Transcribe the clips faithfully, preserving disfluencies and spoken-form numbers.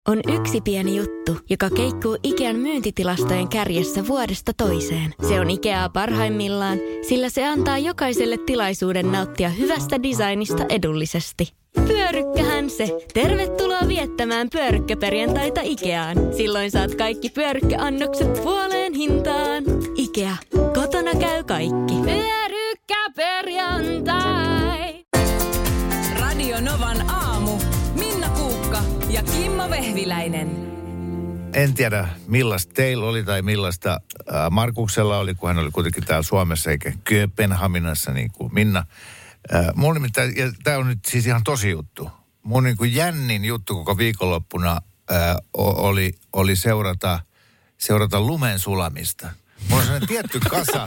On yksi pieni juttu, joka keikkuu Ikean myyntitilastojen kärjessä vuodesta toiseen. Se on Ikeaa parhaimmillaan, sillä se antaa jokaiselle tilaisuuden nauttia hyvästä designista edullisesti. Pyörykkähän se. Tervetuloa viettämään pyörykkäperjantaita Ikeaan. Silloin saat kaikki pyörykkäannokset puoleen hintaan. Ikea. Kotona käy kaikki. Pyörykkäperjantai. Radio Novan aamu. Minna Kuukka ja Kimmo Vehviläinen. En tiedä, millaista teillä oli tai millaista ää, Markuksella oli, kun hän oli kuitenkin täällä Suomessa eikä Kööpenhaminassa niin kuin Minna. Ää, mun nimittäin, ja tämä on nyt siis ihan tosi juttu. Mun niin kuin jännin juttu koko viikonloppuna ää, oli, oli seurata, seurata lumen sulamista. Mulla on sellainen tietty kasa,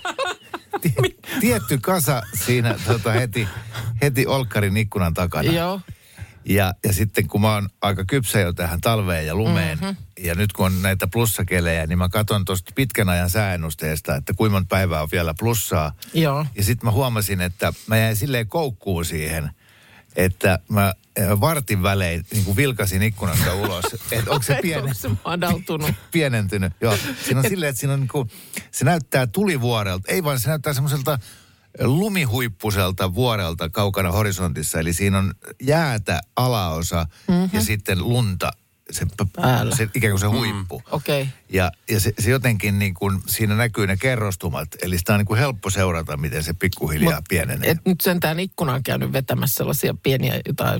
tie, tietty kasa siinä tota, heti, heti olkkarin ikkunan takana. Joo. Ja, ja sitten kun mä oon aika kypsä jo tähän talveen ja lumeen, mm-hmm. ja nyt kun on näitä plussakelejä, niin mä katson tuosta pitkän ajan sääennusteesta, että kuinka monta päivää on vielä plussaa. Joo. Ja sitten mä huomasin, että mä jäin silleen koukkuun siihen, että mä vartin välein niin kuin vilkasin ikkunasta ulos. Että onko se, pienen... onko se madaltunut? pienentynyt. Joo. Siinä on silleen, että siinä on niin kuin, se näyttää tulivuorelta. Ei vaan se näyttää semmoiselta lumihuippuselta vuorelta kaukana horisontissa. Eli siinä on jäätä alaosa mm-hmm. ja sitten lunta, se, se, ikään kuin se huippu. Mm. Okei. Okay. Ja, ja se, se jotenkin niin kuin, siinä näkyy ne kerrostumat. Eli sitä on niin kuin helppo seurata, miten se pikkuhiljaa Mut, pienenee. Et nyt sentään ikkunaan käynyt vetämässä sellaisia pieniä jotain...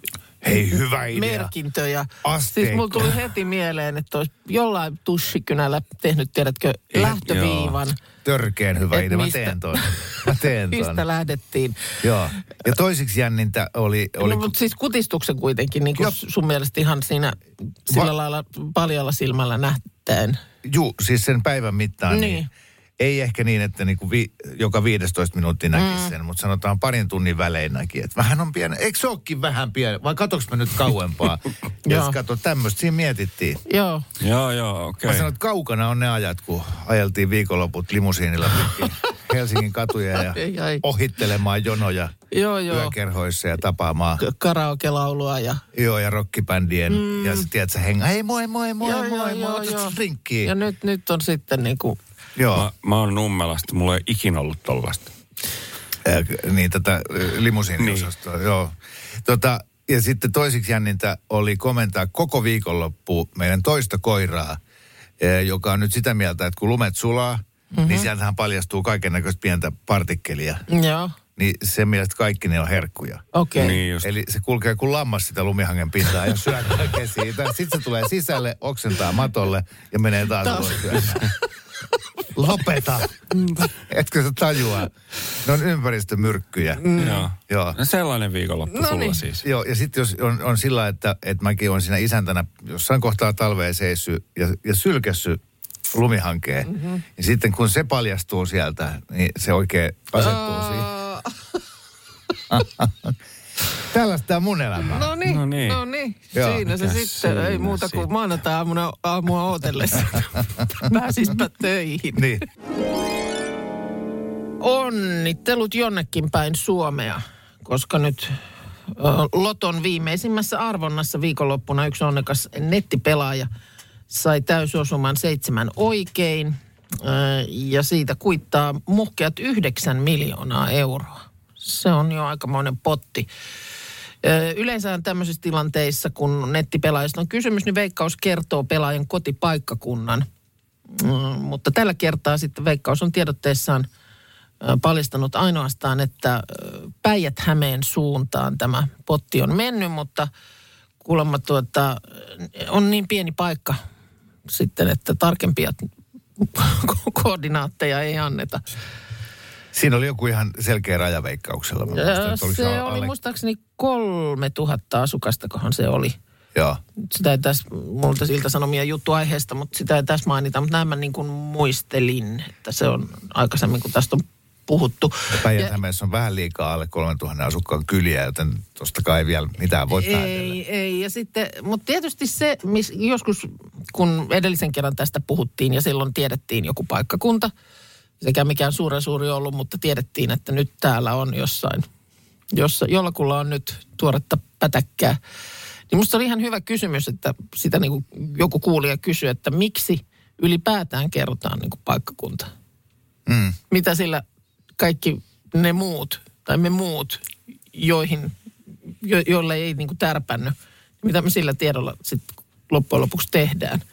Hei, hyvä idea. Merkintöjä. Asteikko. Siis mulla tuli heti mieleen, että olisi jollain tuschikynällä tehnyt, tiedätkö, lähtöviivan. Joo. Törkeen hyvä idea. Mä teen ton. Mä teen ton. Mistä lähdettiin. Joo. Ja toisiksi jännintä oli... oli... No, mutta siis kutistuksen kuitenkin, niin kuin sun mielestä ihan siinä sillä Va... lailla paljalla silmällä nähtäen. Juu, siis sen päivän mittaan. Niin. niin ei ehkä niin, että niinku vi, joka viisitoista minuuttia näkisi mm. sen, mutta sanotaan parin tunnin välein näki, että vähän on pieni. Eikö se olekin vähän pieni? Vai katsoks mä nyt kauempaa? Ja katso, tämmöistä siinä mietittiin. Joo. Joo, joo, okei. Okay. Mä sanon, että kaukana on ne ajat, kun ajeltiin viikonloput limusiinilla pitkin Helsingin katuja ja ai, ai. ohittelemaan jonoja joo, joo. yökerhoissa ja tapaamaan. Karaoke-laulua ja... Joo, ja rockibändien. Mm. Ja sä tiedät, sä hengaa, hei moi, moi, moi, joo, moi, moi, moi, otat drinkkiä. Ja nyt, nyt on sitten niinku... Joo. Mä, mä oon Nummelasta, mulla ei ikinä ollut tollaista. Äh, niin, tätä limusiiniosastoa, niin. Joo. Tota, ja sitten toisiksi jännintä oli komentaa koko viikonloppu meidän toista koiraa, äh, joka on nyt sitä mieltä, että kun lumet sulaa, mm-hmm. niin sieltähän paljastuu kaikennäköistä pientä partikkelia. Joo. Niin sen mielestä kaikki ne on herkkuja. Okei. Okay. Niin eli se kulkee kuin lammas sitä lumihangen pintaa ja syö kaikkea siitä. Sitten se tulee sisälle, oksentaa matolle ja menee taas ulos syömään. Lopeta. Etkö sä tajua? Ne on ympäristömyrkkyjä. Mm. Joo. Joo. No sellainen viikonloppu no sulla niin. siis. Joo, ja sitten jos on, on sillä, että, että mäkin olen siinä isäntänä jossain kohtaa talvea seissy ja, ja sylkässy lumihankeen. Mm-hmm. Ja sitten kun se paljastuu sieltä, niin se oikein asettuu oh. siihen. Tällaista tämä mun elämä. No niin, no niin. No niin. Siinä se sitten. Siinä ei muuta kuin sit. Maanantai-aamuna aamua ootellessa. Pääsispä töihin. Niin. Onnittelut jonnekin päin Suomea, koska nyt Loton viimeisimmässä arvonnassa viikonloppuna yksi onnekas nettipelaaja sai täysosuman seitsemän oikein ja siitä kuittaa muhkeat yhdeksän miljoonaa euroa. Se on jo aikamoinen potti. Yleensä tämmöisissä tilanteissa, kun nettipelaajista on kysymys, niin Veikkaus kertoo pelaajan kotipaikkakunnan. Mm, mutta tällä kertaa sitten Veikkaus on tiedotteessaan paljastanut ainoastaan, että Päijät-Hämeen suuntaan tämä potti on mennyt, mutta kuulemma tuota, on niin pieni paikka sitten, että tarkempia koordinaatteja ei anneta. Siinä oli joku ihan selkeä raja Veikkauksella. Mä muistan, se oli alle... muistaakseni kolme tuhatta asukastakohan se oli. Joo. Sitä ei tässä, multa siltä sanomia juttuaiheesta, mutta sitä ei tässä mainita. Mutta näin mä niin kuin muistelin, että se on aikaisemmin, kun tästä on puhuttu. Päijät-Hämeessä on vähän liikaa alle kolmetuhatta asukkaan kyliä, joten tostakaan ei vielä mitään voi päätellä. Ei, ei. Ja sitten, mutta tietysti se, miss, joskus kun edellisen kerran tästä puhuttiin ja silloin tiedettiin joku paikkakunta, sekä mikään suuren suuri ollut, mutta tiedettiin, että nyt täällä on jossain, jossa, jollakulla on nyt tuoretta pätäkkää. Niin musta oli ihan hyvä kysymys, että sitä niin kuin joku kuulija kysyi, että miksi ylipäätään kerrotaan niin kuin paikkakunta. Mm. Mitä sillä kaikki ne muut, tai me muut, joihin, jo, joille ei niin kuin tärpännyt, mitä me sillä tiedolla sitten loppujen lopuksi tehdään.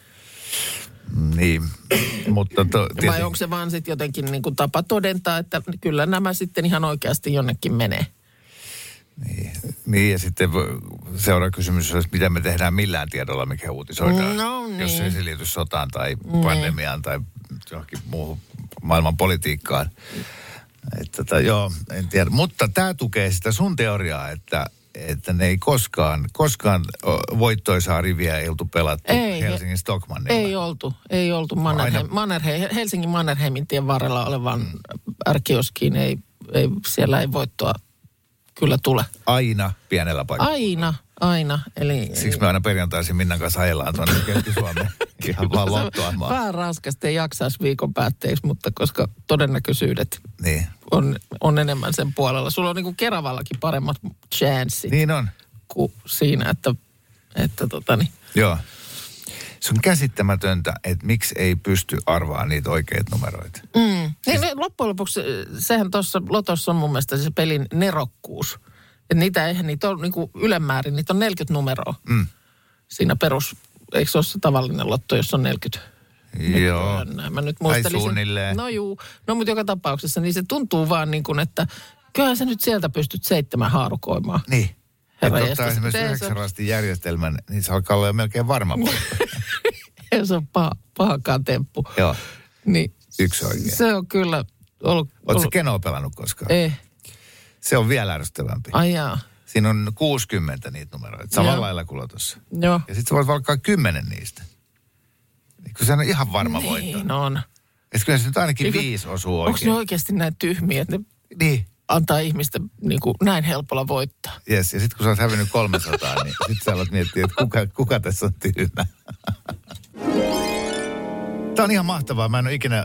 Niin, mutta... To, Vai onko se vaan sitten jotenkin niin kuin tapa todentaa, että kyllä nämä sitten ihan oikeasti jonnekin menee? Niin, niin ja sitten seuraava kysymys olisi, mitä me tehdään millään tiedolla, mikä uutisoidaan. No niin. Jos ei se liity sotaan tai pandemiaan tai johonkin muuhun maailman politiikkaan. Että, tota, joo, en tiedä. Mutta tämä tukee sitä sun teoriaa, että, että ne ei koskaan, koskaan voittoisaa riviä ei oltu pelattu ei, Helsingin Stockmannilla. Ei oltu, ei oltu Mannerheim, Mannerheim, Helsingin Mannerheimin tien varrella olevan mm. ärkioskiin, ei, ei, siellä ei voittoa kyllä tule. Aina pienellä paikalla. Aina, aina. Eli, Siksi me aina perjantaisin Minnan kanssa ajellaan tuonne Keski-Suomeen. Ihan vaan lottoamaan. Vähän raskasta, ei jaksaisi viikon päätteeksi, mutta koska todennäköisyydet niin. on, on enemmän sen puolella. Sulla on niin kuin Keravallakin paremmat chanssit. Niin on. Kuin siinä, että, että totani. Joo. Se on käsittämätöntä, että miksi ei pysty arvaamaan niitä oikeita numeroita. Mm. Siis... Niin, loppujen lopuksi sehän tuossa Lotossa on mun mielestä se pelin nerokkuus. Että niitä eihän niitä ole niin kuin ylemmäärin, niitä on neljäkymmentä numeroa. Mm. Siinä perus, eikö se ole se tavallinen lotto, jossa on neljäkymmentä? Joo. Näin mä nyt muistelisin. Tai suunnilleen. No juu, no mutta joka tapauksessa, niin se tuntuu vaan niin kuin, että kyllähän sä nyt sieltä pystyt seitsemän haarukoimaan. Niin. Herra että ottaa esimerkiksi yhdeksän rastin järjestelmän, niin se alkaa olla jo melkein varma voitto. Ei se on paha, pahakaan temppu. Joo. Niin, yksi oikein. Se on kyllä ollut... Oletko sä Kenoa pelannut koskaan? Ei. Se on vielä ärsyttävämpi. Ai jaa. Siinä on kuusikymmentä niitä numeroita, samalla lailla kuin Lotossa. Joo. Ja sitten sä voit valkkaa kymmenen niistä. Kun se on ihan varma niin voitto. Niin on. Että kyllä se nyt ainakin Eikö, viisi osuu oikein. Onko ne oikeasti näin tyhmiä, että ne niin. antaa ihmistä niin kuin näin helpolla voittaa? Jes, ja sitten kun sä oot hävinnyt kolmesataa, niin sitten sä alat miettiä, että kuka, kuka tässä on tyhmä. Tämä on ihan mahtavaa. Mä en ole ikinä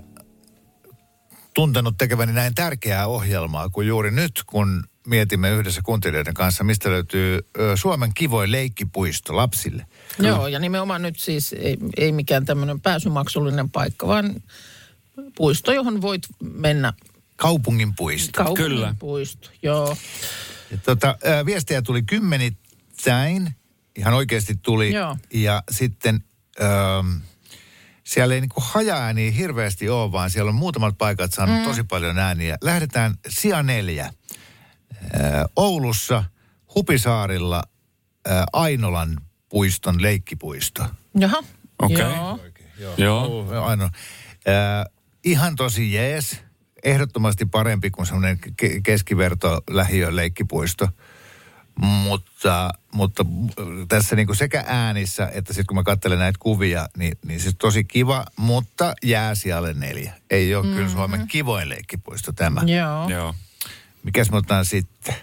tuntenut tekeväni näin tärkeää ohjelmaa kuin juuri nyt, kun mietimme yhdessä kuuntelijoiden kanssa, mistä löytyy ö, Suomen kivoin leikkipuisto lapsille. Kyllä. Joo, ja nimenomaan nyt siis ei, ei mikään tämmöinen pääsymaksullinen paikka, vaan puisto, johon voit mennä. Kaupungin puisto. Kaupungin Kyllä. puisto, joo. Ja tota, ö, viestejä tuli kymmenittäin, ihan oikeasti tuli. Joo. Ja sitten... Ö, siellä ei niinku haja-ääniä hirveästi ole, vaan siellä on muutamat paikat saanut mm. tosi paljon ääniä. Lähdetään sija neljä. Ää, Oulussa, Hupisaarilla, ää, Ainolan puiston leikkipuisto. Jaha, Okei. okay. Joo. Joo. Joo. Aino. Ää, ihan tosi jees. Ehdottomasti parempi kuin semmoinen ke- keskiverto lähiön leikkipuisto. Mutta, mutta tässä niin kuin sekä äänissä, että sitten kun mä katselen näitä kuvia, niin, niin siis tosi kiva, mutta jää sijalle neljä. Ei ole mm-hmm. kyllä Suomen kivoin leikkipuisto tämä. Joo. Joo. Mikäs me otetaan sitten?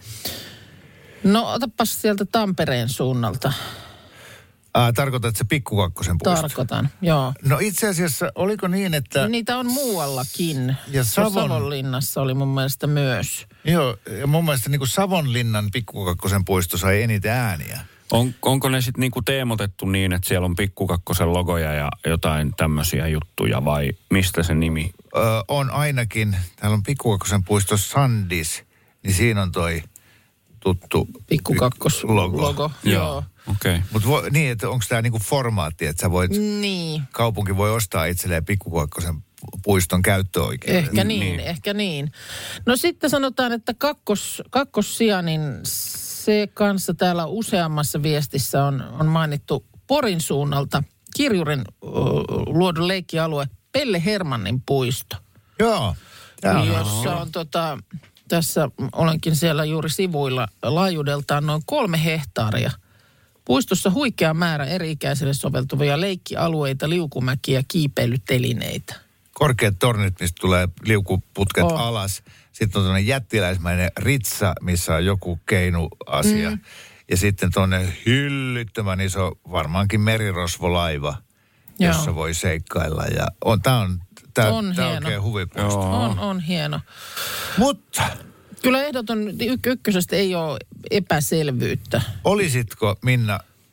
No otapas sieltä Tampereen suunnalta. Ah, tarkoitat se Pikkukakkosen puisto? Tarkoitan, joo. No itse asiassa, oliko niin, että... Niitä on muuallakin. Ja Savon... Savonlinnassa oli mun mielestä myös. Joo, ja mun mielestä niin kuin Savonlinnan Pikkukakkosen puisto sai eniten ääniä. On, onko ne sitten niinku teemotettu niin, että siellä on Pikkukakkosen logoja ja jotain tämmöisiä juttuja vai mistä se nimi? Öö, on ainakin. Täällä on Pikkukakkosen puisto Sandis, niin siinä on toi tuttu Pikkukakkos logo. logo. Joo. Okei. Okay. Mutta niin, että onko tämä niinku formaatti, että sä voit, niin. kaupunki voi ostaa itselleen Pikkukakkosen puiston käyttöoikeudet. Ehkä niin, niin, ehkä niin. No sitten sanotaan, että kakkos, kakkossija, niin se kanssa täällä useammassa viestissä on, on mainittu Porin suunnalta. Kirjurin uh, luodun leikkialue Pelle Hermannin puisto. Joo. Jaa. Jossa on tota, tässä olenkin siellä juuri sivuilla laajuudeltaan noin kolme hehtaaria. Puistossa huikea määrä eri-ikäisille soveltuvia leikkialueita, liukumäkiä ja kiipeilytelineitä. Korkeat tornit, mistä tulee liukuputket Oh. alas. Sitten on tuonne jättiläismäinen ritsa, missä on joku keinuasia. Mm. Ja sitten tuonne hyllyttömän iso, varmaankin merirosvolaiva, Joo. jossa voi seikkailla. Ja on, tää on, tää, On tää on hieno. oikein huvipuisto. On, on hieno. Mutta Kyllä ehdoton, y- ykkösestä ei ole epäselvyyttä. olisitko, Minna,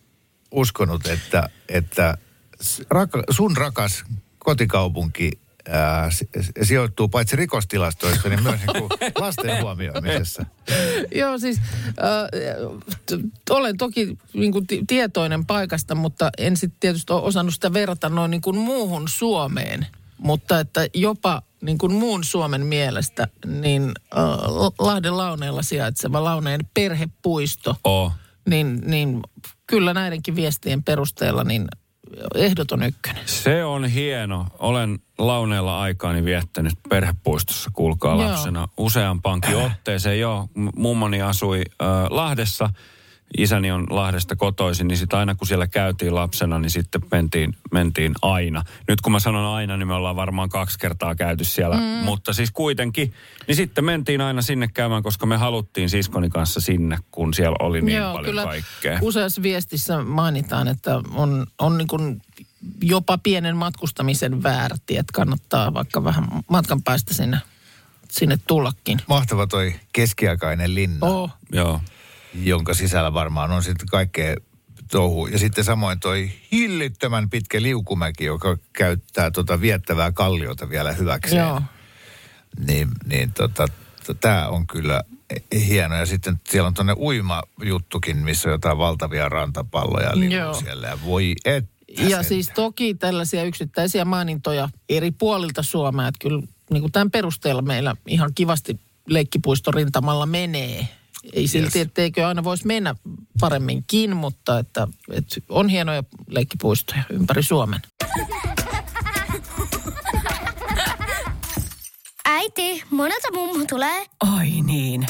uskonut, että, että raka, sun rakas kotikaupunki ää, sijoittuu paitsi rikostilastoissa, niin myös niin kuin lasten huomioimisessa. Joo, siis äh, olen toki niin kuin t- tietoinen paikasta, mutta en sitten tietysti ole osannut sitä verrata noin niin kuin muuhun Suomeen. Mutta että jopa niin kuin muun Suomen mielestä, niin äh, Lahden Launeella sijaitseva Launeen perhepuisto, Oh. niin, niin kyllä näidenkin viestien perusteella niin ehdoton ykkönen. Se on hieno. Olen Launeella aikaani viettänyt perhepuistossa, kuulkaa Joo. lapsena, useampaankin otteeseen. Joo, mummoni asui äh, Lahdessa, isäni on Lahdesta kotoisin, niin sitten aina kun siellä käytiin lapsena, niin sitten mentiin, mentiin aina. Nyt kun mä sanon aina, niin me ollaan varmaan kaksi kertaa käyty siellä, mm. mutta siis kuitenkin, niin sitten mentiin aina sinne käymään, koska me haluttiin siskoni kanssa sinne, kun siellä oli niin Joo, paljon kyllä kaikkea. Useassa viestissä mainitaan, että on, on niin kuin jopa pienen matkustamisen väärti, että kannattaa vaikka vähän matkan päästä sinne, sinne tullakin. Mahtava toi keskiaikainen linna, Oh. Joo. jonka sisällä varmaan on sitten kaikkea touhua. Ja sitten samoin toi hillittömän pitkä liukumäki, joka käyttää tota viettävää kalliota vielä hyväkseen. Joo. Niin, niin tota, tämä on kyllä hieno. Ja sitten siellä on tuonne uimajuttukin, missä on jotain valtavia rantapalloja liikkuu siellä. Ja voi että Ja sen. siis toki tällaisia yksittäisiä mainintoja eri puolilta Suomea, että kyllä niin kuin tämän perusteella meillä ihan kivasti leikkipuistorintamalla menee. Ei silti, Yes. etteikö aina voisi mennä paremminkin, mutta että, että on hienoja leikkipuistoja ympäri Suomen. Äiti, monelta mummu tulee? Oi niin.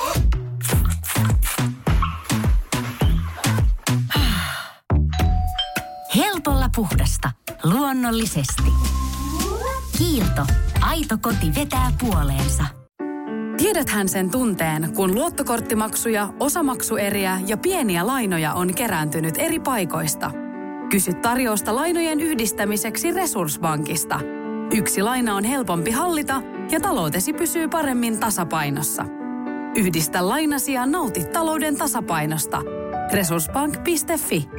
Helpolla puhdasta. Luonnollisesti. Kiilto. Aito koti vetää puoleensa. Tiedäthän sen tunteen, kun luottokorttimaksuja, osamaksueriä ja pieniä lainoja on kerääntynyt eri paikoista. Kysy tarjousta lainojen yhdistämiseksi Resurssbankista. Yksi laina on helpompi hallita ja taloutesi pysyy paremmin tasapainossa. Yhdistä lainasi ja nauti talouden tasapainosta. Resurssbank piste fi.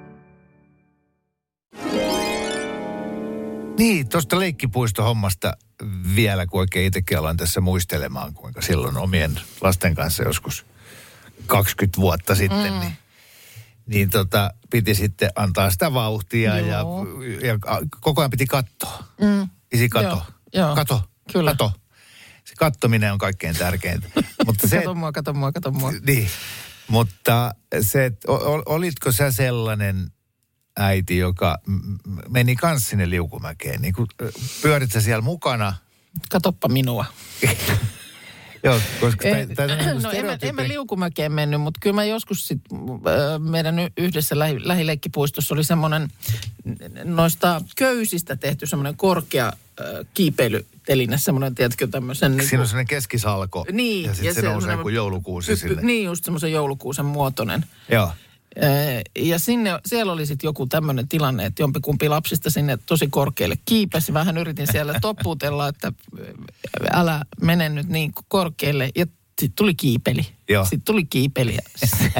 Niin, tuosta leikkipuistohommasta vielä, kun oikein itsekin aloin tässä muistelemaan, kuinka silloin omien lasten kanssa joskus kaksikymmentä vuotta sitten, mm. niin, niin tota, piti sitten antaa sitä vauhtia ja, ja koko ajan piti katsoa. Mm. Isi kato, Joo, joo. kato, Kyllä. kato. Se kattominen on kaikkein tärkeintä. Mutta se, Kato mua, kato mua, kato mua. niin, mutta se, että olitko sä sellainen äiti, joka meni kans sinne liukumäkeen? Niin pyörit sä siellä mukana? Katoppa minua. Joo, koska Ei, tää, tää no en mä, en mä liukumäkeen mennyt, mutta kyllä mä joskus sit, äh, meidän y- yhdessä lähi, lähileikkipuistossa oli semmoinen noista köysistä tehty semmoinen korkea äh, kiipeilyteline, semmoinen, tiedätkö, tämmöisen... Siinä Niin on semmoinen keskisalko niin, ja sitten se nousee kuin joulukuusi sille. Niin, just semmoisen joulukuusen muotoinen. Joo. Ja sinne, siellä oli sitten joku tämmöinen tilanne, että jompikumpi lapsista sinne tosi korkealle kiipesi. Vähän yritin siellä toppuutella, että älä mene nyt niin korkealle. Ja sitten tuli kiipeli. Joo. Sitten tuli kiipeli ja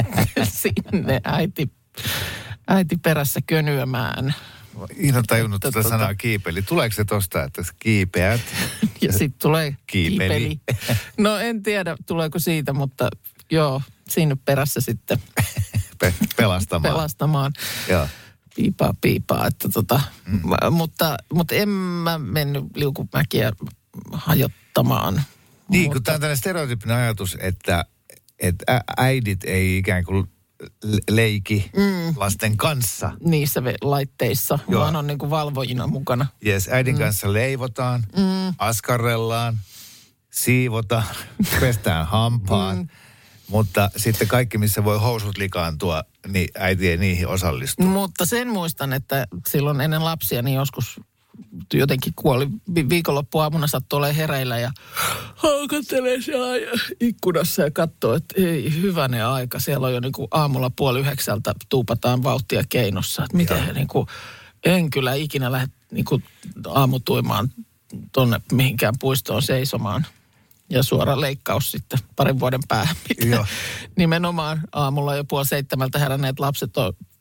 sinne äiti, äiti perässä könyämään. Ihan tajunnut Että tätä tota- sanaa kiipeli. Tuleeko se tosta, että kiipeät? Ja sitten tulee Kiipeli. kiipeli. No en tiedä, tuleeko siitä, mutta joo, siinä perässä sitten Pe- pelastamaan. pelastamaan. Joo. Piipaa, piipaa. Että tota, mm. mutta, mutta en mä mennyt liukumäkiä hajottamaan. Niin, mutta, kun tämä on tällainen stereotyyppinen ajatus, että, että äidit ei ikään kuin leiki mm. lasten kanssa. niissä ve- laitteissa, Joo. vaan on niin kuin valvojina mukana. Jes, äidin mm. kanssa leivotaan, mm. askarrellaan, siivotaan, pestään hampaan. Mm. Mutta sitten kaikki, missä voi housut likaantua, niin äiti ei niihin osallistu. Mutta sen muistan, että silloin ennen lapsia niin joskus jotenkin kuoli vi- viikonloppuaamuna sattui olemaan hereillä ja haukattelee siellä ikkunassa ja katsoo, että ei hyvänen aika. Siellä on jo niin kuin aamulla puoli yhdeksältä tuupataan vauhtia keinossa. Että miten he niin kuin, en kyllä ikinä lähde niin kuin aamutuimaan tuonne mihinkään puistoon seisomaan. Ja suora leikkaus sitten parin vuoden päähän. Joo. Nimenomaan aamulla jo puoli seitsemältä heränneet lapset on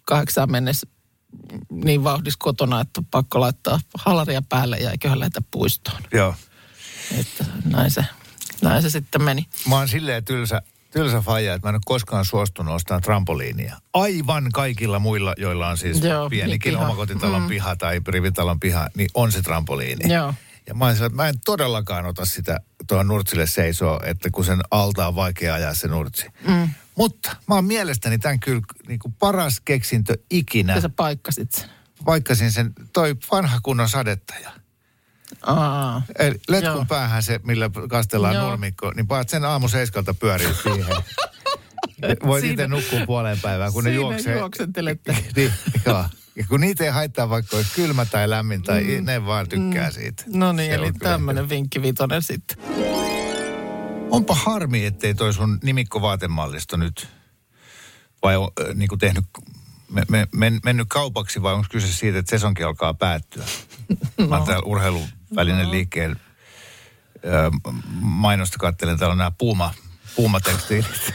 kahdeksaan mennessä niin vauhdis kotona, että on pakko laittaa halaria päälle ja eiköhän lähdetä puistoon. Joo. Että näin se, näin se sitten meni. Mä oon silleen tylsä, tylsä faija, että mä en ole koskaan suostunut ostamaan trampoliinia. Aivan kaikilla muilla, joilla on siis Joo, pienikin piha. omakotitalon Mm. piha tai rivitalon piha, niin on se trampoliini. Joo. Ja mä oon sillä, että mä en todellakaan ota sitä tuohon nurtsille seisoo, että kun sen alta on vaikea ajaa se nurtsi. Mm. Mutta mä oon mielestäni tämän kyllä niin kuin paras keksintö ikinä. Ja sä paikkasit sen. Paikkasin sen, toi vanha kunnon sadettaja. Aa. Eli letkun Joo. päähän se, millä kastellaan Joo. nurmikko, niin paat sen aamu seiskalta pyörii siihen. Voit Siinä- itse nukkua puoleen päivään, kun ne Siinä juoksee. juoksentelette. niin, joo. Ja kun niitä ei haittaa, vaikka olisi kylmä tai lämmin, tai mm. ne vaan tykkää mm. siitä. No niin, Se eli on kyllä tämmöinen vinkki vitonen sitten. Onpa harmi, ettei toi sun nimikkovaatemallisto nyt, vai on äh, niin kuin tehnyt, me, me, men, mennyt kaupaksi, vai onko kyse siitä, että sesonkin alkaa päättyä? No. Mä oon täällä urheiluvälinen no. liikkeen äh, mainosta katselen, täällä on nämä puuma, puumatekstiilit.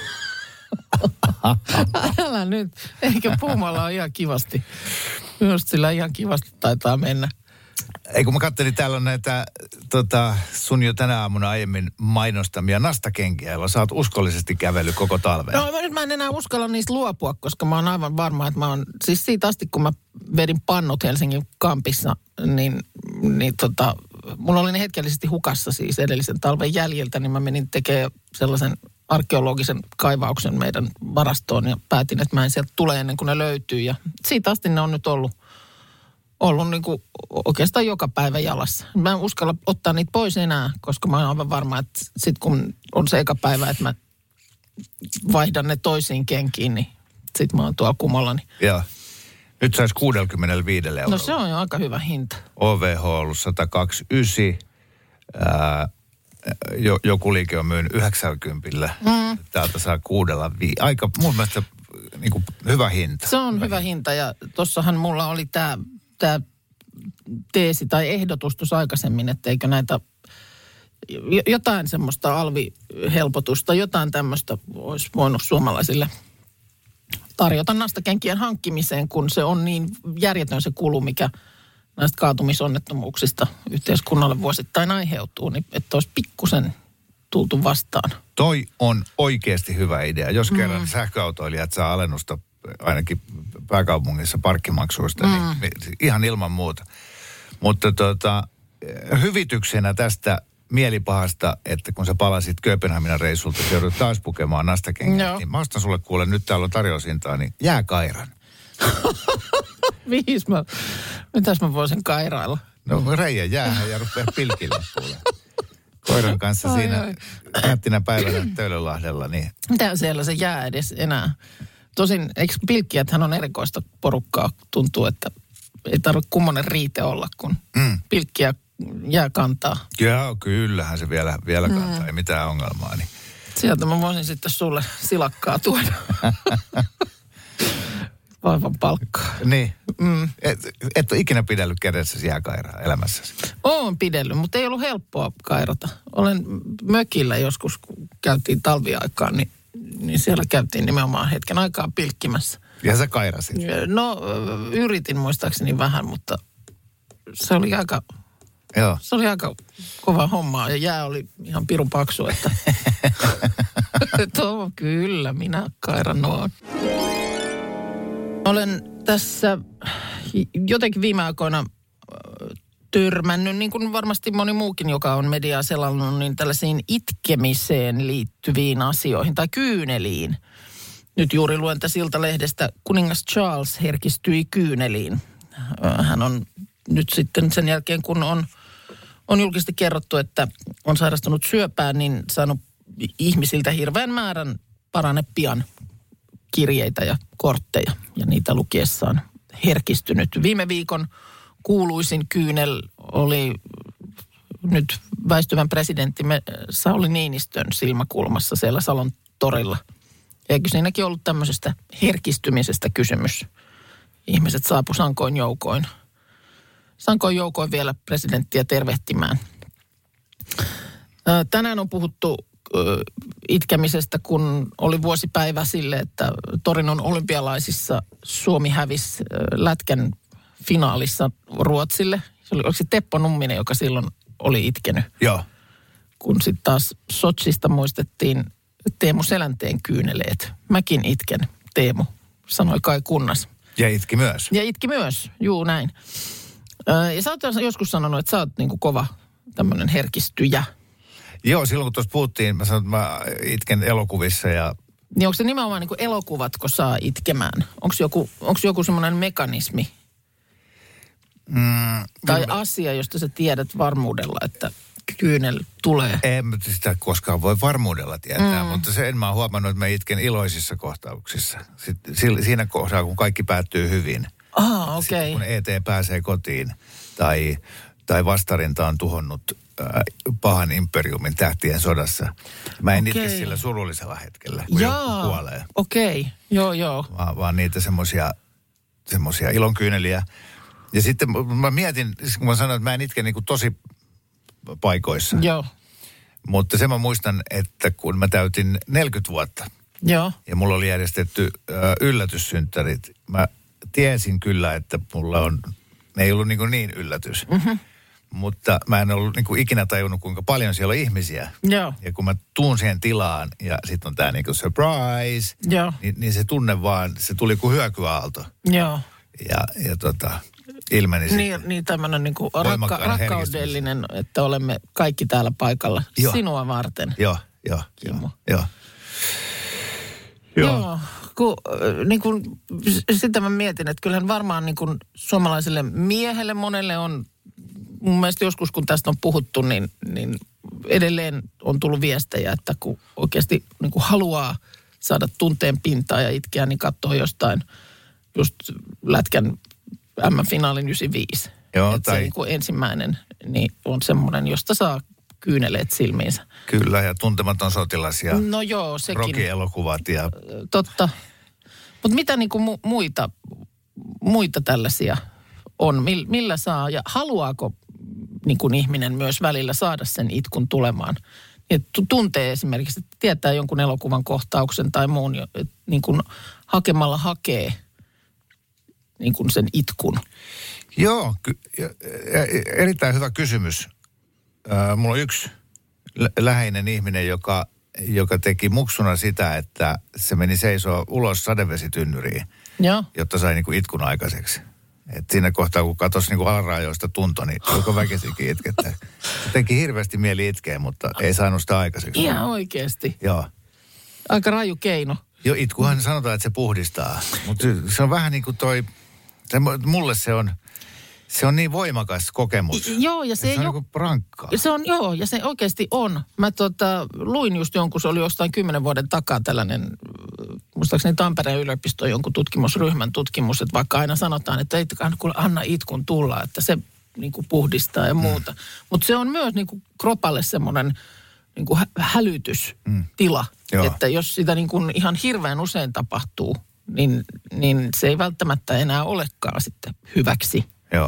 Älä nyt. Eikä Puumalla ole ihan kivasti. Just sillä ihan kivasti taitaa mennä. Ei kun mä katselin, täällä on näitä tota, sun jo tänä aamuna aiemmin mainostamia nastakenkiä, joilla sä oot uskollisesti kävellyt koko talven. No nyt mä en enää uskalla niistä luopua, koska mä oon aivan varma, että mä oon, siis siitä asti kun mä vedin pannut Helsingin kampissa, niin, niin tota, mulla oli ne hetkellisesti hukassa siis edellisen talven jäljiltä, niin mä menin tekemään sellaisen arkeologisen kaivauksen meidän varastoon ja päätin, että mä en sieltä tule ennen kuin ne löytyy. Ja siitä asti ne on nyt ollut, ollut niin kuin oikeastaan joka päivä jalassa. Mä en uskalla ottaa niitä pois enää, koska mä oon aivan varma, että sit kun on se eka päivä, että mä vaihdan ne toisiin kenkiin, niin sit mä oon tuolla kumolla. Niin. Joo. Nyt saisi kuusikymmentäviisi euroa. No se on jo aika hyvä hinta. O V H on ollut sata kaksikymmentäyhdeksän. Ää, jo, joku liike on myynyt yhdeksänkymmentä. Mm. Täältä saa kuudella vi... Aika mun mielestä niin kuin hyvä hinta. Se on hyvä, hyvä hinta ja tossahan mulla oli tää, tää teesi tai ehdotus tuossa aikaisemmin, että eikö näitä jotain semmoista alvihelpotusta, jotain tämmöistä olisi voinut suomalaisille tarjota nastakenkien hankkimiseen, kun se on niin järjetön se kulu, mikä näistä kaatumisonnettomuuksista yhteiskunnalle vuosittain aiheutuu, niin että olisi pikkusen tultu vastaan. Toi on oikeasti hyvä idea. Jos kerran mm. sähköautoilijat saa alennusta ainakin pääkaupungissa parkkimaksuista, mm. niin, niin ihan ilman muuta. Mutta tota, hyvityksenä tästä mielipahasta, että kun sä palasit Kööpenhaminan reissulta, sä joudut taas pukemaan nastakengät, no. niin mä ostan sulle kuule, nyt täällä on tarjoushintaa, niin jääkairan. Mihin mä, mitäs mä voisin kairailla? No reijä jäähän ja rupeaa pilkille kuule. Koiran kanssa ai, siinä ai. nättinä päivänä Töölönlahdella, niin... Mitä siellä se jää edes enää? Tosin, eikö pilkkiäthän on erikoista porukkaa? Tuntuu, että ei tarvitse kummonen riite olla, kun mm. pilkkiä jää kantaa. Joo, kyllähän se vielä, vielä kantaa, mm. ei mitään ongelmaa. Niin. Sieltä mä voisin sitten sulle silakkaa tuoda. Vaivan palkkaa. Niin. Mm. Et, et ole ikinä pidellyt kädessäsi jääkairaa elämässäsi? Oon pidellyt, mutta ei ollut helppoa kairata. Olen mökillä joskus, kun käytiin talviaikaan, niin, niin siellä käytiin nimenomaan hetken aikaa pilkkimässä. Ja sä kairasit? No, yritin muistaakseni vähän, mutta se oli aika... Joo. Se oli aika kova hommaa ja jää oli ihan pirun paksu, että tuo kyllä, minä kairan nuo. Olen tässä jotenkin viime aikoina törmännyt, niin kuin varmasti moni muukin, joka on mediaa selannut, niin tällaisiin itkemiseen liittyviin asioihin tai kyyneliin. Nyt juuri luen tässä Iltalehdestä, kuningas Charles herkistyi kyyneliin. Hän on nyt sitten sen jälkeen, kun on, on julkisesti kerrottu, että on sairastunut syöpään, niin saanut ihmisiltä hirveän määrän parane pian kirjeitä ja kortteja. Ja niitä lukiessaan herkistynyt. Viime viikon kuuluisin kyynel oli nyt väistyvän presidenttimme Sauli Niinistön silmäkulmassa siellä Salon torilla. Eikö siinäkin ollut tämmöisestä herkistymisestä kysymys? Ihmiset saapu sankoin joukoin. Sankoin joukoin vielä presidenttiä tervehtimään. Tänään on puhuttu itkemisestä, kun oli vuosipäivä sille, että Torinon olympialaisissa Suomi hävisi lätkän finaalissa Ruotsille. Se oli, oliko se Teppo Numminen, joka silloin oli itkenyt? Joo. Kun sitten taas Sotsista muistettiin Teemu Selänteen kyyneleet. Mäkin itken, Teemu, sanoi Kai Kunnas. Ja itki myös. Ja itki myös, juu näin. Ja sä oot joskus sanonut, että sä oot niinku kova tämmöinen herkistyjä. Joo, silloin kun tuossa puhuttiin, mä sanoin, että mä itken elokuvissa ja... Niin onko se nimenomaan niinku elokuvat, kun saa itkemään? Onko joku, onks joku semmoinen mekanismi? Mm, tai niin, asia, josta sä tiedät varmuudella, että kyynel tulee? En mä sitä koskaan voi varmuudella tietää, mm. mutta sen mä oon huomannut, että mä itken iloisissa kohtauksissa. Sitten, siinä kohtaa, kun kaikki päättyy hyvin. Ah, okei. Okay. Kun E T pääsee kotiin tai, tai vastarinta on tuhonnut äh, pahan imperiumin tähtien sodassa. Mä en okay. itke sillä surullisella hetkellä, kun Jaa, joku kuolee. okei. Okay. Joo, joo. Vaan, vaan niitä semmosia, semmosia ilonkyyneliä. Ja sitten mä mietin, kun mä sanoin, että mä en itke niin kuin tosi paikoissa. Joo. Mutta sen mä muistan, että kun mä täytin neljäkymmentä vuotta. Joo. Ja mulla oli järjestetty ö, yllätyssynttärit. Mä tiesin kyllä, että mulla on, ne ei ollut niin, niin yllätys. Mm-hmm. Mutta mä en ollut niin kuin ikinä tajunnut, kuinka paljon siellä on ihmisiä. Joo. Ja kun mä tuun siihen tilaan ja sitten on tää niin kuin surprise, Joo. niin, niin se tunne vaan, se tuli kuin hyökyaalto. Joo. Ja, ja tota, ilmeni niin, sitten. niin tämmöinen niin kuin rakka, rakkaudellinen, että olemme kaikki täällä paikalla joo. sinua varten. Joo, joo, Kimmo. joo. Joo. Joo. Kun, niin kuin, sitä mä mietin, että kyllähän varmaan niin kuin suomalaiselle miehelle monelle on, mun mielestä joskus kun tästä on puhuttu, niin, niin edelleen on tullut viestejä, että kun oikeasti niin kuin haluaa saada tunteen pintaa ja itkeä, niin katsoo jostain just lätkän M M-finaalin yhdeksänkymmentäviisi. Joo, että tai... se niin kuin ensimmäinen niin on semmoinen, josta saa kyyneleet silmiinsä. Kyllä, ja Tuntematon sotilas ja no joo, sekin. Rocky-elokuvat ja... Totta. Mutta mitä niinku mu- muita, muita tällaisia on? Mill, millä saa ja haluaako niinku ihminen myös välillä saada sen itkun tulemaan? Et tuntee esimerkiksi, että tietää jonkun elokuvan kohtauksen tai muun, että niinku hakemalla hakee niinku sen itkun. Joo, ky- ja, ja, erittäin hyvä kysymys. Äh, mulla on yksi lä- läheinen ihminen, joka, joka teki muksuna sitä, että se meni seisoo ulos sadevesitynnyriin, Joo. jotta sai niinku itkun aikaiseksi. Et siinä kohtaa, kun katosi niinku alarajoista tunto, niin joko väkisinkin itkettää. Se teki hirveästi mieli itkeä, mutta ei saanut sitä aikaiseksi. Ihan oikeasti. Joo. Aika raju keino. Joo, itkuhan sanotaan, että se puhdistaa. Mutta se on vähän niin kuin toi, se, mulle se on... Se on niin voimakas kokemus. Joo, ja se, se ei on jo... niin kuin rankkaa. Se on, joo, ja se oikeasti on. Mä tota, luin just jonkun, se oli jostain kymmenen vuoden takaa tällainen, muistaakseni Tampereen yliopiston jonkun tutkimusryhmän tutkimus, että vaikka aina sanotaan, että ei kuule anna itkun tulla, että se niin kuin puhdistaa ja muuta. Mm. Mutta se on myös niin kuin kropalle semmoinen niin kuin hälytystila, mm. että jos sitä niin kuin ihan hirveän usein tapahtuu, niin, niin se ei välttämättä enää olekaan sitten hyväksi. Joo.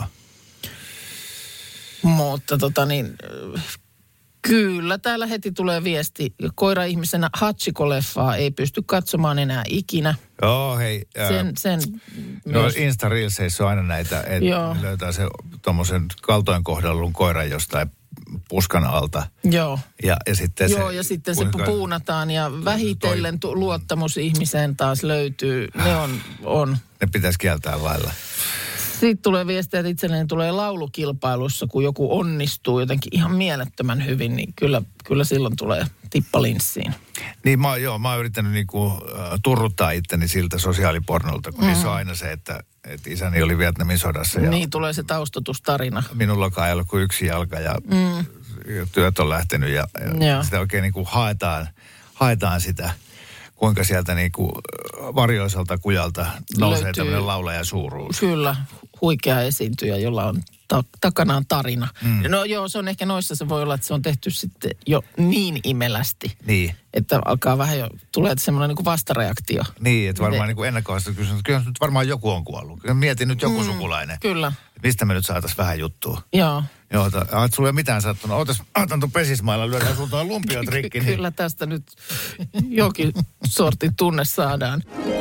Mutta tota niin, kyllä täällä heti tulee viesti. Koira-ihmisenä Hachiko-leffaa ei pysty katsomaan enää ikinä. Joo, hei. Sen, sen no myös. Insta-reelseissä on aina näitä, että löytää se tommosen kaltoin kohdallun koiran jostain puskan alta. Joo. Ja, ja sitten Joo, se... ja sitten kuinka, se puunataan ja vähitellen toi, luottamus ihmiseen taas löytyy. Ne on, on. Ne pitäisi kieltää lailla. Sitten tulee viestiä, että itselleni tulee laulukilpailussa, kun joku onnistuu jotenkin ihan mielettömän hyvin, niin kyllä, kyllä silloin tulee tippa linssiin. Niin mä, joo, mä oon yrittänyt niinku, uh, turruttaa itteni siltä sosiaalipornolta, kun mm. niissä on aina se, että, että isäni oli Vietnamin sodassa. Ja niin tulee se taustatustarina. Minullakaan ei ollut kuin yksi jalka ja, mm. ja työt on lähtenyt ja, ja sitä oikein niinku haetaan, haetaan sitä. Kuinka sieltä niinku varjoiselta kujalta nousee löytyy tämmöinen laulajan suuruus. Kyllä, huikea esiintyjä, jolla on ta- takanaan tarina. Mm. No joo, se on ehkä noissa, se voi olla, että se on tehty sitten jo niin imelästi. Niin. Että alkaa vähän jo, tulee semmoinen niinku vastareaktio. Niin, että varmaan niinku ennakkoisesti kysynyt, että kyllä nyt varmaan joku on kuollut. Mietin nyt joku mm, sukulainen. Kyllä. mistä me nyt saataisiin vähän juttua. Joo. Joo, oot sulla ei ole mitään sattunut. Ootas, otan tuon pesismailla, lyödään sulta on lumpiot rikki. Niin. Kyllä tästä nyt jokin sortin tunne saadaan.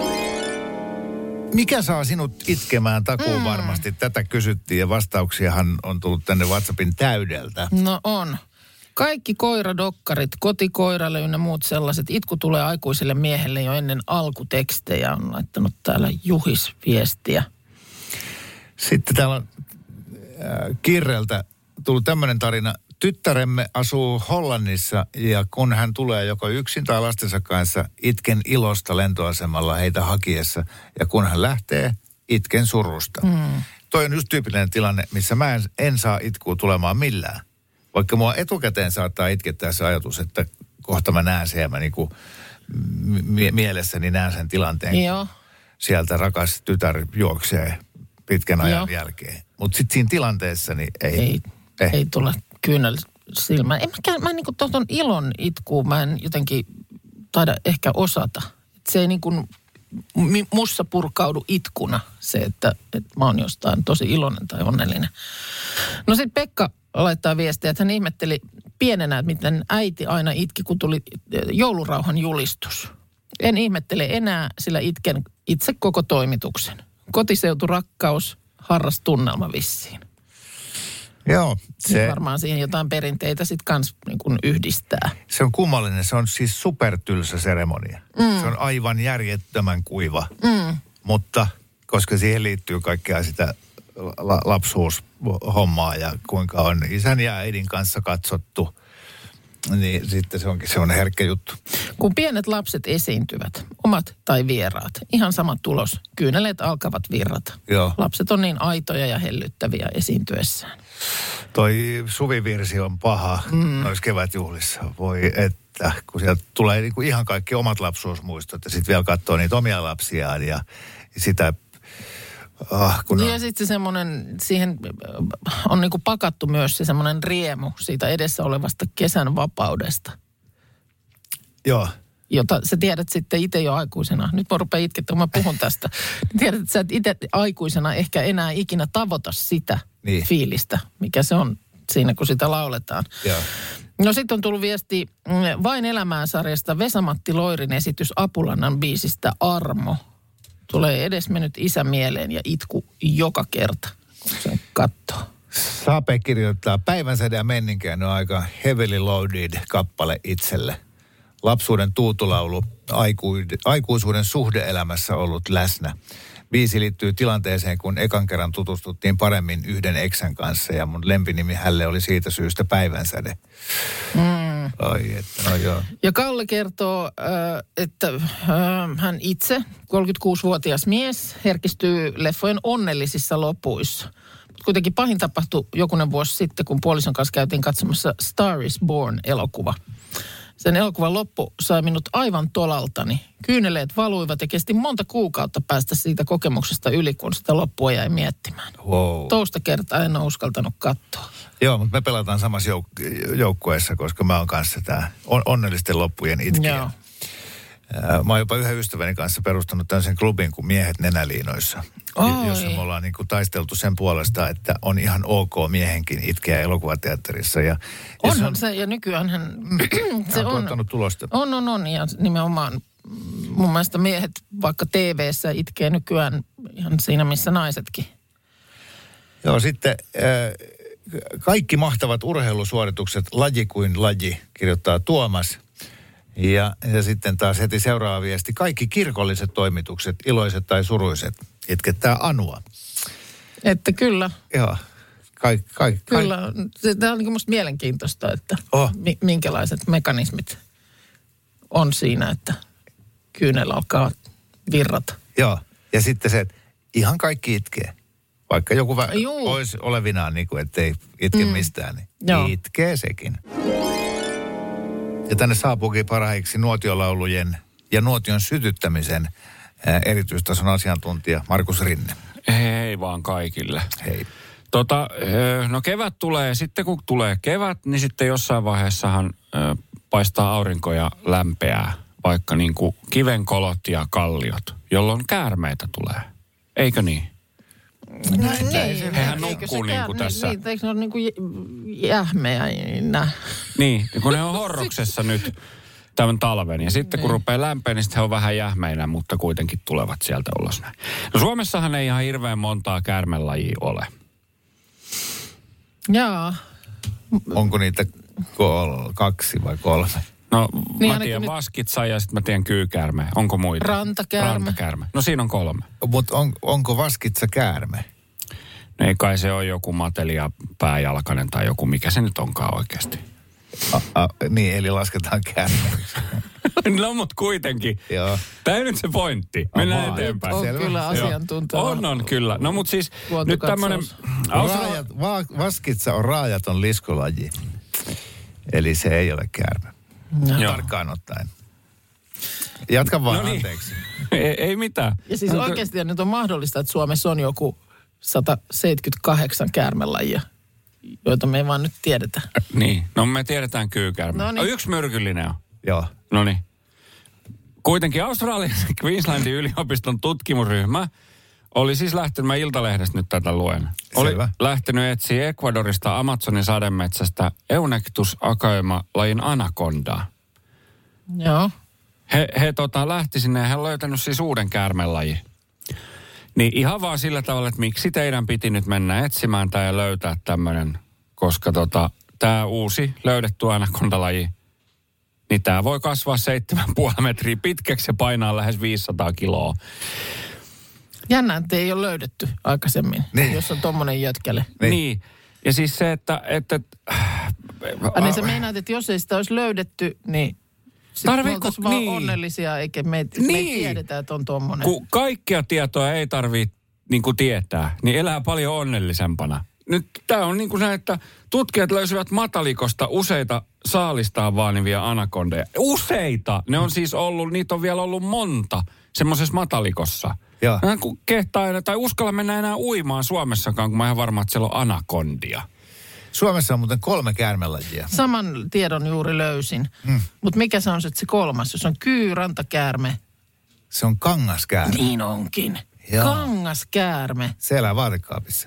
Mikä saa sinut itkemään takuun mm. varmasti? Tätä kysyttiin ja vastauksiahan on tullut tänne WhatsAppin täydeltä. No on. Kaikki koiradokkarit, kotikoiralle ynnä muut sellaiset. Itku tulee aikuiselle miehelle jo ennen alkutekstejä. On laittanut täällä Juhis viestiä. Sitten täällä on äh, Kirreltä tullut tämmöinen tarina. Tyttäremme asuu Hollannissa ja kun hän tulee joko yksin tai lastensa kanssa, itken ilosta lentoasemalla heitä hakiessa. Ja kun hän lähtee, itken surusta. Mm. Toi on just tyypillinen tilanne, missä mä en, en saa itkua tulemaan millään. Vaikka mua etukäteen saattaa itkettää se ajatus, että kohta mä näen sen ja mä niinku mie- mielessäni näen sen tilanteen. Joo. Sieltä rakas tytär juoksee pitkän ajan Joo. jälkeen. Mutta sitten siinä tilanteessa niin ei... Ei, eh. ei tule kyynel silmään. En mäkään, mä en niinku tuohon ilon itkuun, mä en jotenkin taida ehkä osata. Et se ei niinku mussa purkaudu itkuna se, että, että mä oon jostain tosi iloinen tai onnellinen. No sitten Pekka laittaa viestiä, että hän ihmetteli pienenä, että miten äiti aina itki, kun tuli joulurauhan julistus. En ihmettele enää, sillä itken itse koko toimituksen. Kotiseuturakkaus, harrastunnelma vissiin. Joo. Se, varmaan siihen jotain perinteitä sitten kans niin kuin yhdistää. Se on kummallinen, se on siis supertylsä seremonia. Mm. Se on aivan järjettömän kuiva. Mm. Mutta koska siihen liittyy kaikkea sitä la- lapsuushommaa ja kuinka on isän ja äidin kanssa katsottu, niin sitten se onkin semmoinen herkkä juttu. Kun pienet lapset esiintyvät, omat tai vieraat, ihan sama tulos. Kyyneleet alkavat virrata. Joo. Lapset on niin aitoja ja hellyttäviä esiintyessään. Toi suvivirsi on paha mm. noissa kevätjuhlissa. Voi että, kun sieltä tulee niinku ihan kaikki omat lapsuusmuistot ja sitten vielä katsoo niitä omia lapsiaan ja sitä... Ah, kun on... Ja sitten se semmoinen, siihen on niinku pakattu myös se semmoinen riemu siitä edessä olevasta kesän vapaudesta. Joo. Jota sä tiedät sitten itse jo aikuisena. Nyt mä rupean itkettämään, kun mä puhun tästä. Tiedät, että sä et itse aikuisena ehkä enää ikinä tavoita sitä niin. fiilistä, mikä se on siinä, kun sitä lauletaan. Joo. No sitten on tullut viesti Vain elämää -sarjasta Vesa-Matti Loirin esitys Apulannan biisistä Armo. Tulee edesmennyt isä mieleen ja itku joka kerta, kun sen katsoo. Sape kirjoittaa, päivänsäde ja menninkään on aika heavily loaded kappale itselle. Lapsuuden tuutulaulu, aikuid, aikuisuuden suhde-elämässä ollut läsnä. Biisi liittyy tilanteeseen, kun ekan kerran tutustuttiin paremmin yhden eksän kanssa ja mun lempinimi hälle oli siitä syystä päivänsäde. Mm. Ai että, no joo. Ja Kalle kertoo, että hän itse, kolmekymmentäkuusivuotias mies, herkistyy leffojen onnellisissa lopuissa. Mutta kuitenkin pahin tapahtui jokunen vuosi sitten, kun puolison kanssa käytiin katsomassa Star is Born-elokuva. Sen elokuvan loppu sai minut aivan tolaltani. Kyyneleet valuivat ja kesti monta kuukautta päästä siitä kokemuksesta yli, kun sitä loppua jäi miettimään. Wow. Toista kertaa en ole uskaltanut katsoa. Joo, mutta me pelataan samassa jouk- joukkueessa, koska mä oon kanssa tää on- onnellisten loppujen itkijä. Joo. Mä oon jopa yhden ystäväni kanssa perustanut tämmöisen klubin kuin Miehet nenäliinoissa. Oi. Jossa me ollaan niin kuin taisteltu sen puolesta, että on ihan ok miehenkin itkeä elokuvateatterissa. Ja, ja Onhan se, on, se, ja nykyäänhän se on on, tuottanut tulosta. on, on, on, ja nimenomaan mun mielestä miehet vaikka T V:ssä itkee nykyään ihan siinä, missä naisetkin. Joo, sitten äh, kaikki mahtavat urheilusuoritukset, laji kuin laji, kirjoittaa Tuomas. Ja, ja sitten taas heti seuraava viesti. Kaikki kirkolliset toimitukset, iloiset tai suruiset, itkettää Anua. Että kyllä. Joo. Kaik, kaik, Kyllä. Tämä on niin musta mielenkiintoista, että oh. mi- minkälaiset mekanismit on siinä, että kyynel alkaa virrata. Joo. Ja sitten se, että ihan kaikki itkee. Vaikka joku vä- Juu. olisi olevinaan, niin kuin, ettei itke mm. mistään, niin Joo. itkee sekin. Ja tänne saapuukin parhaiksi nuotiolaulujen ja nuotion sytyttämisen ää, erityistason asiantuntija Markus Rinne. Hei vaan kaikille. Hei. Tota, no kevät tulee, sitten kun tulee kevät, niin sitten jossain vaiheessahan paistaa aurinko ja lämpeää, vaikka niin kuin kivenkolot ja kalliot, jolloin käärmeitä tulee. Eikö niin? No, niin, hehän nukkuu niin kuin tässä. Niin, eikö ne ole niin kuin jähmeinä? Niin, kun ne on horroksessa nyt tämän talven. Ja sitten kun rupeaa lämpöä, niin sitten he on vähän jähmeinä, mutta kuitenkin tulevat sieltä ulos näin. No Suomessahan ei ihan hirveän montaa käärmelajia ole. Jaa. Onko niitä kol- kaksi vai kolme? No Niin mä tiedän nyt... vaskitsa ja sitten mä tiedän kyykäärme. Onko muita? Rantakäärme. Rantakäärme. No siinä on kolme. Mutta on, onko vaskitsa käärme? No ei kai se ole joku matelia pääjalkainen tai joku, mikä se nyt onkaan oikeasti. A, a, niin, eli lasketaan käärme. No mut kuitenkin. Joo. Tämä on nyt se pointti. Mennään Aha, eteenpäin. On Selvä. kyllä asiantuntija. On, on kyllä. No mut siis nyt tämmönen... Raajat, va, vaskitsa on raajaton liskolaji. Eli se ei ole käärme. Joo. Tarkkaan ottaen. Jatka vaan, no niin. Anteeksi. ei, ei mitään. Ja siis Onko... oikeasti nyt on mahdollista, että Suomessa on joku sata seitsemänkymmentäkahdeksan käärmelajia, joita me ei vaan nyt tiedetä. Niin, no me tiedetään kyykäärme. No niin. Oh, yksi myrkyllinen on. Joo. No niin. Kuitenkin Australian Queenslandin yliopiston tutkimusryhmä oli siis lähtenyt, mä Iltalehdestä nyt tätä luen. Oli Selvä. lähtenyt etsiä Ecuadorista Amazonin sademetsästä Eunectus akaema-lajin anakondaa. Joo. He, he tota, lähti sinne ja he on löytänyt siis uuden käärmelajin. Niin ihan vaan sillä tavalla, että miksi teidän piti nyt mennä etsimään tämä ja löytää tämmöinen, koska tota, tämä uusi löydetty anakondalaji, niin tämä voi kasvaa seitsemän pilkku viisi metriä pitkäksi ja painaa lähes viisisataa kiloa. Jännä, että ei ole löydetty aikaisemmin, Niin. jos on tommonen jötkele. Niin. niin. Ja siis se, että... että Ja niin sä meinaat, että jos ei sitä olisi löydetty, niin sitten me oltaisiin vaan niin. onnellisia, eikä me, niin. me ei tiedetä, että on tommonen. Kun kaikkea tietoa ei tarvitse niin kuin tietää, niin elää paljon onnellisempana. Nyt tämä on niin kuin se, että tutkijat löysivät matalikosta useita saalistaan vaanivia anakondeja. Useita! Ne on siis ollut, niitä on vielä ollut monta semmoisessa matalikossa. Joo. Mä en kun kehtaa enää, tai uskalla mennä enää uimaan Suomessakaan, kun mä ihan varma, että siellä on anakondia. Suomessa on muuten kolme käärmelajia. Saman tiedon juuri löysin. Mm. Mutta mikä se on sitten se kolmas? Jos on kyy, rantakäärme. Se on kangaskäärme. Niin onkin. Joo. Kangaskäärme. Se elää vaatekaapissa.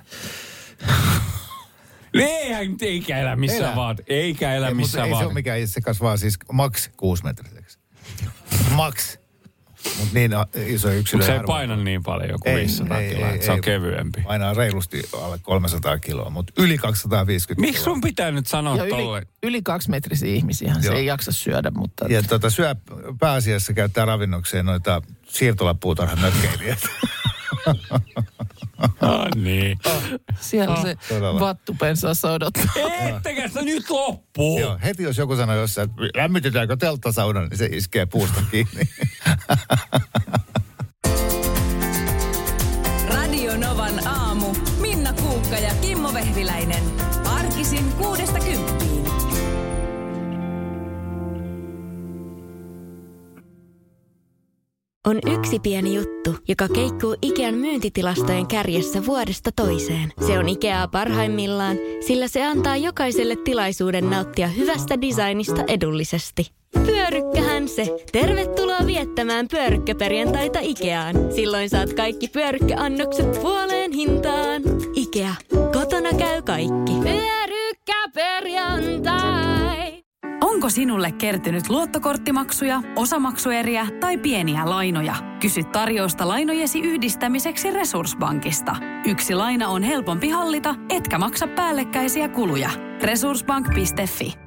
Eihän nyt eikä elä missään Elää. vaan. Eikä elä Ei, missään mutta ei vaan. se ole mikään, se kasvaa siis maks kuusimetriseksi. Maks. Mutta niin iso yksilö. Mutta se ei harvoin. paina niin paljon joku Ei, viisisataa ei, kiloa, ei, että se on ei. kevyempi. Painaa reilusti alle kolmesataa kiloa, mutta yli kaksisataaviisikymmentä Miksi kiloa. sun pitää nyt sanoa Ja tolle? yli, yli kaksimetrisiä ihmisiä se Joo. ei jaksa syödä, mutta... Ja tota, syö pääasiassa käyttää ravinnokseen noita siirtolapuutarhan nötkeilijöitä. Ah niin. Siellä Oh, se todella. vattupensaassa odottaa. Ettekä se nyt loppuu. Joo, heti jos joku sanoo jossain, että lämmitetäänkö telttasauna, niin se iskee puusta kiinni. Radio Novan aamu. Minna Kuukka ja Kimmo Vehviläinen. Arkisin kuudesta kymppiin. On yksi pieni juttu, joka keikkuu Ikean myyntitilastojen kärjessä vuodesta toiseen. Se on Ikeaa parhaimmillaan, sillä se antaa jokaiselle tilaisuuden nauttia hyvästä designista edullisesti. Pyörykkähän se! Tervetuloa viettämään pyörykkäperjantaita Ikeaan. Silloin saat kaikki pyörykkäannokset puoleen hintaan. Ikea. Kotona käy kaikki. Pyörykkäperjantai! Onko sinulle kertynyt luottokorttimaksuja, osamaksueriä tai pieniä lainoja? Kysy tarjousta lainojesi yhdistämiseksi Resurssbankista. Yksi laina on helpompi hallita, etkä maksa päällekkäisiä kuluja. Resurssbank piste fi